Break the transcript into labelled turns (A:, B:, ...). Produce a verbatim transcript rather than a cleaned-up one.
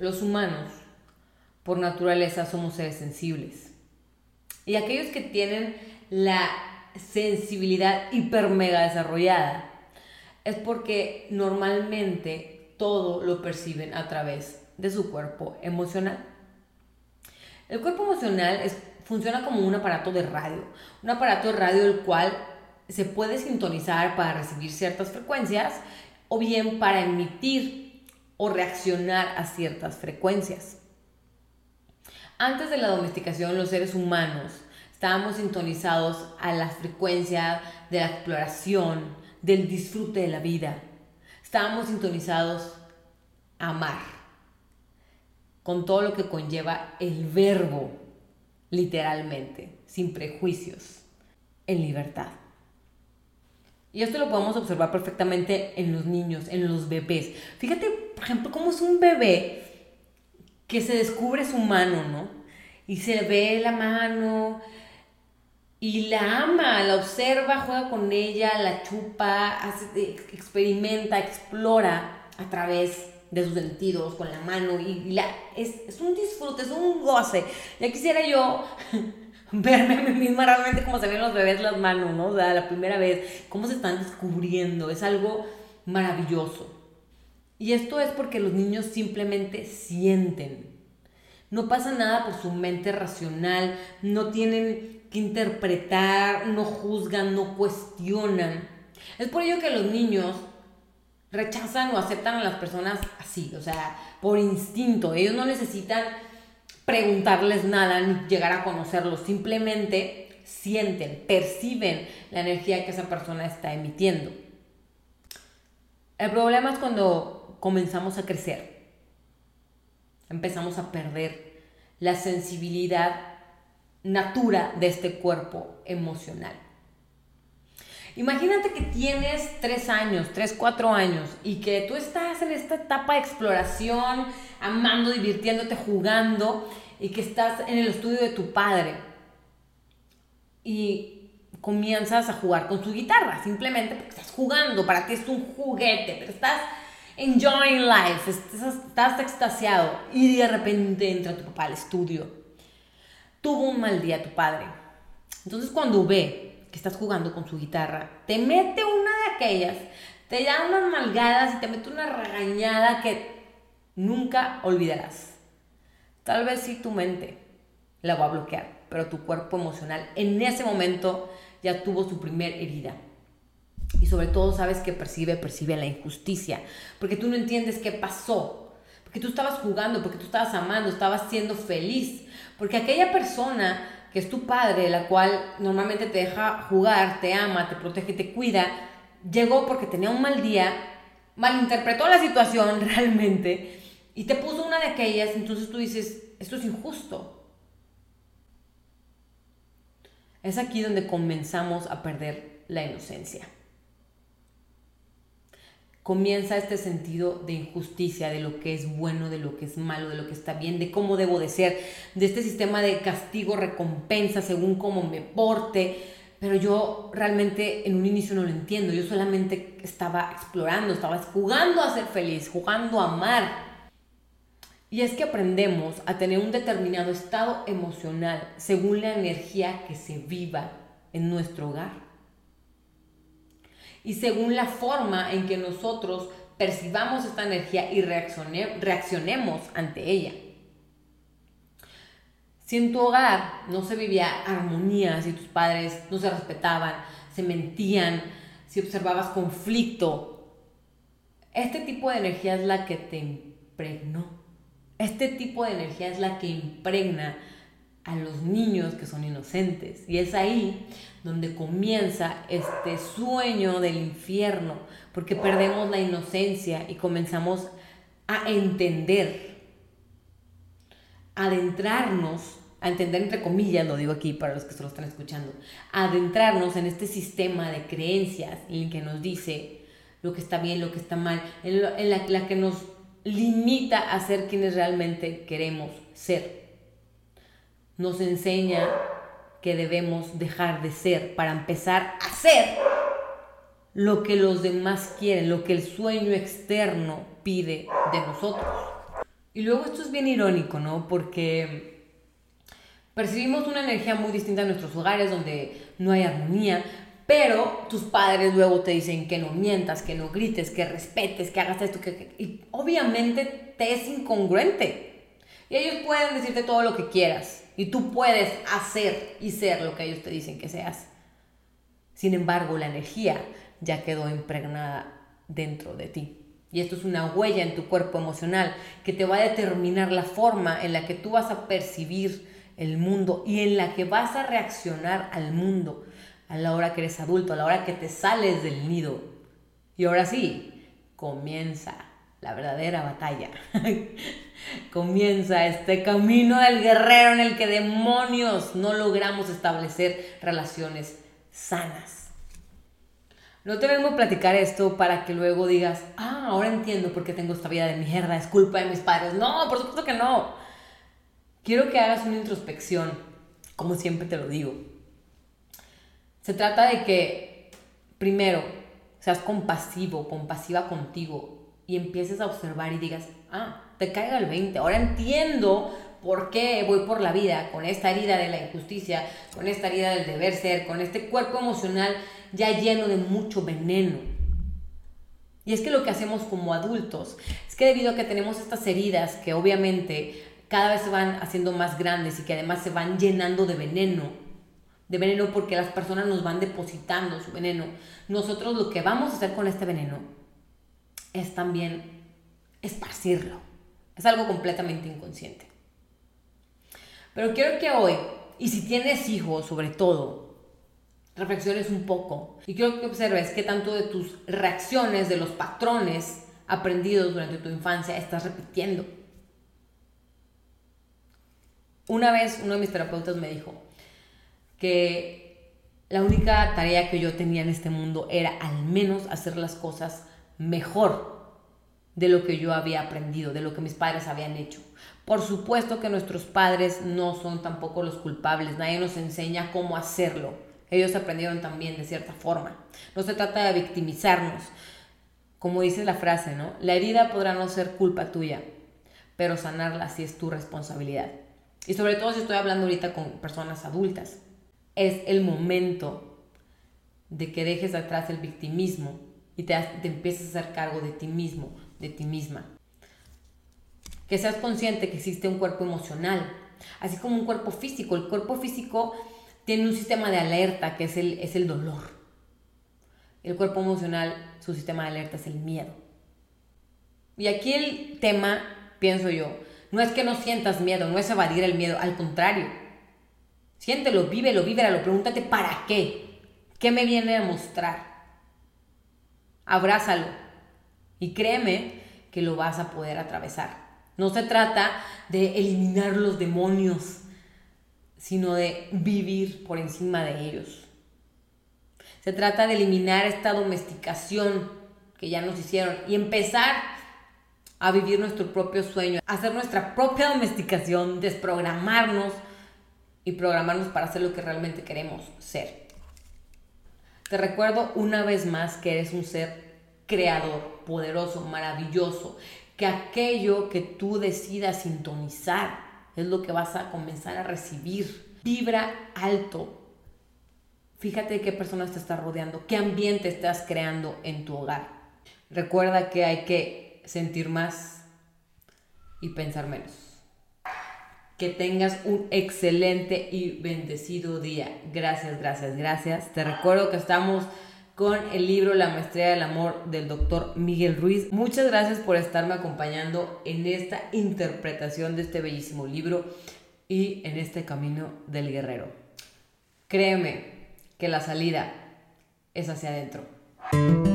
A: los humanos, por naturaleza, somos seres sensibles. Y aquellos que tienen la sensibilidad hiper mega desarrollada es porque normalmente todo lo perciben a través de su cuerpo emocional. El cuerpo emocional es, funciona como un aparato de radio, un aparato de radio el cual se puede sintonizar para recibir ciertas frecuencias o bien para emitir o reaccionar a ciertas frecuencias. Antes de la domesticación, los seres humanos estábamos sintonizados a la frecuencia de la exploración, del disfrute de la vida. Estábamos sintonizados a amar, con todo lo que conlleva el verbo, literalmente, sin prejuicios, en libertad. Y esto lo podemos observar perfectamente en los niños, en los bebés. Fíjate, por ejemplo, cómo es un bebé que se descubre su mano, ¿no? Y se ve la mano y la ama, la observa, juega con ella, la chupa, hace, experimenta, explora a través de sus sentidos con la mano. Y la, es, es un disfrute, es un goce. Ya quisiera yo verme a mí misma realmente como se ven los bebés las manos, ¿no? O sea, la primera vez, cómo se están descubriendo. Es algo maravilloso. Y esto es porque los niños simplemente sienten. No pasa nada por su mente racional, no tienen que interpretar, no juzgan, no cuestionan. Es por ello que los niños rechazan o aceptan a las personas así, o sea, por instinto. Ellos no necesitan preguntarles nada ni llegar a conocerlos, simplemente sienten, perciben la energía que esa persona está emitiendo. El problema es cuando comenzamos a crecer. Empezamos a perder la sensibilidad natura de este cuerpo emocional. Imagínate que tienes tres años, tres, cuatro años y que tú estás en esta etapa de exploración, amando, divirtiéndote, jugando y que estás en el estudio de tu padre y comienzas a jugar con su guitarra, simplemente porque estás jugando, para ti es un juguete, pero estás enjoying life, estás, estás extasiado y de repente entra tu papá al estudio. Tuvo un mal día tu padre. Entonces cuando ve que estás jugando con su guitarra, te mete una de aquellas, te da unas nalgadas y te mete una regañada que nunca olvidarás. Tal vez sí tu mente la va a bloquear, pero tu cuerpo emocional en ese momento ya tuvo su primer herida. Y sobre todo sabes que percibe, percibe la injusticia, porque tú no entiendes qué pasó, porque tú estabas jugando, porque tú estabas amando, estabas siendo feliz, porque aquella persona que es tu padre, la cual normalmente te deja jugar, te ama, te protege, te cuida, llegó porque tenía un mal día, malinterpretó la situación realmente y te puso una de aquellas. Entonces tú dices, esto es injusto. Es aquí donde comenzamos a perder la inocencia. Comienza este sentido de injusticia, de lo que es bueno, de lo que es malo, de lo que está bien, de cómo debo de ser, de este sistema de castigo, recompensa, según cómo me porte. Pero yo realmente en un inicio no lo entiendo. Yo solamente estaba explorando, estaba jugando a ser feliz, jugando a amar. Y es que aprendemos a tener un determinado estado emocional según la energía que se viva en nuestro hogar. Y según la forma en que nosotros percibamos esta energía y reaccione, reaccionemos ante ella. Si en tu hogar no se vivía armonía, si tus padres no se respetaban, se mentían, si observabas conflicto, este tipo de energía es la que te impregnó. Este tipo de energía es la que impregna a los niños que son inocentes. Y es ahí donde comienza este sueño del infierno, porque perdemos la inocencia y comenzamos a entender, a adentrarnos, a entender entre comillas, lo digo aquí para los que solo están escuchando, a adentrarnos en este sistema de creencias en el que nos dice lo que está bien, lo que está mal, en, lo, en la, la que nos limita a ser quienes realmente queremos ser. Nos enseña que debemos dejar de ser para empezar a ser lo que los demás quieren, lo que el sueño externo pide de nosotros. Y luego esto es bien irónico, ¿no? Porque percibimos una energía muy distinta en nuestros hogares donde no hay armonía, pero tus padres luego te dicen que no mientas, que no grites, que respetes, que hagas esto, que, que y obviamente te es incongruente. Y ellos pueden decirte todo lo que quieras y tú puedes hacer y ser lo que ellos te dicen que seas. Sin embargo, la energía ya quedó impregnada dentro de ti. Y esto es una huella en tu cuerpo emocional que te va a determinar la forma en la que tú vas a percibir el mundo y en la que vas a reaccionar al mundo a la hora que eres adulto, a la hora que te sales del nido. Y ahora sí, comienza la verdadera batalla. Comienza este camino del guerrero en el que demonios no logramos establecer relaciones sanas. No te vengo a platicar esto para que luego digas, ah, ahora entiendo por qué tengo esta vida de mierda, es culpa de mis padres. No, por supuesto que no. Quiero que hagas una introspección, como siempre te lo digo. Se trata de que, primero, seas compasivo, compasiva contigo y empieces a observar y digas, ah, te caiga el veinte. Ahora entiendo por qué voy por la vida con esta herida de la injusticia, con esta herida del deber ser, con este cuerpo emocional ya lleno de mucho veneno. Y es que lo que hacemos como adultos es que debido a que tenemos estas heridas que obviamente cada vez se van haciendo más grandes y que además se van llenando de veneno, de veneno porque las personas nos van depositando su veneno, nosotros lo que vamos a hacer con este veneno es también esparcirlo. Es algo completamente inconsciente. Pero quiero que hoy, y si tienes hijos sobre todo, reflexiones un poco y quiero que observes qué tanto de tus reacciones, de los patrones aprendidos durante tu infancia estás repitiendo. Una vez uno de mis terapeutas me dijo que la única tarea que yo tenía en este mundo era al menos hacer las cosas mejor de lo que yo había aprendido, de lo que mis padres habían hecho. Por supuesto que nuestros padres no son tampoco los culpables, nadie nos enseña cómo hacerlo. Ellos aprendieron también de cierta forma. No se trata de victimizarnos. Como dice la frase, ¿no? La herida podrá no ser culpa tuya, pero sanarla sí es tu responsabilidad. Y sobre todo si estoy hablando ahorita con personas adultas. Es el momento de que dejes atrás el victimismo y te, te empieces a hacer cargo de ti mismo, de ti misma. Que seas consciente que existe un cuerpo emocional, así como un cuerpo físico. El cuerpo físico tiene un sistema de alerta que es el, es el dolor. El cuerpo emocional, su sistema de alerta es el miedo. Y aquí el tema, pienso yo, no es que no sientas miedo, no es evadir el miedo, al contrario. Siéntelo, vívelo, vívelo, pregúntate ¿para qué? ¿Qué me viene a mostrar? Abrázalo y créeme que lo vas a poder atravesar. No se trata de eliminar los demonios, sino de vivir por encima de ellos. Se trata de eliminar esta domesticación que ya nos hicieron y empezar a vivir nuestro propio sueño, hacer nuestra propia domesticación, desprogramarnos y programarnos para hacer lo que realmente queremos ser. Te recuerdo una vez más que eres un ser creador, poderoso, maravilloso, que aquello que tú decidas sintonizar es lo que vas a comenzar a recibir. Vibra alto. Fíjate qué personas te estás rodeando, qué ambiente estás creando en tu hogar. Recuerda que hay que sentir más y pensar menos. Que tengas un excelente y bendecido día. Gracias, gracias, gracias. Te recuerdo que estamos con el libro La Maestría del Amor del doctor Miguel Ruiz. Muchas gracias por estarme acompañando en esta interpretación de este bellísimo libro y en este camino del guerrero. Créeme que la salida es hacia adentro.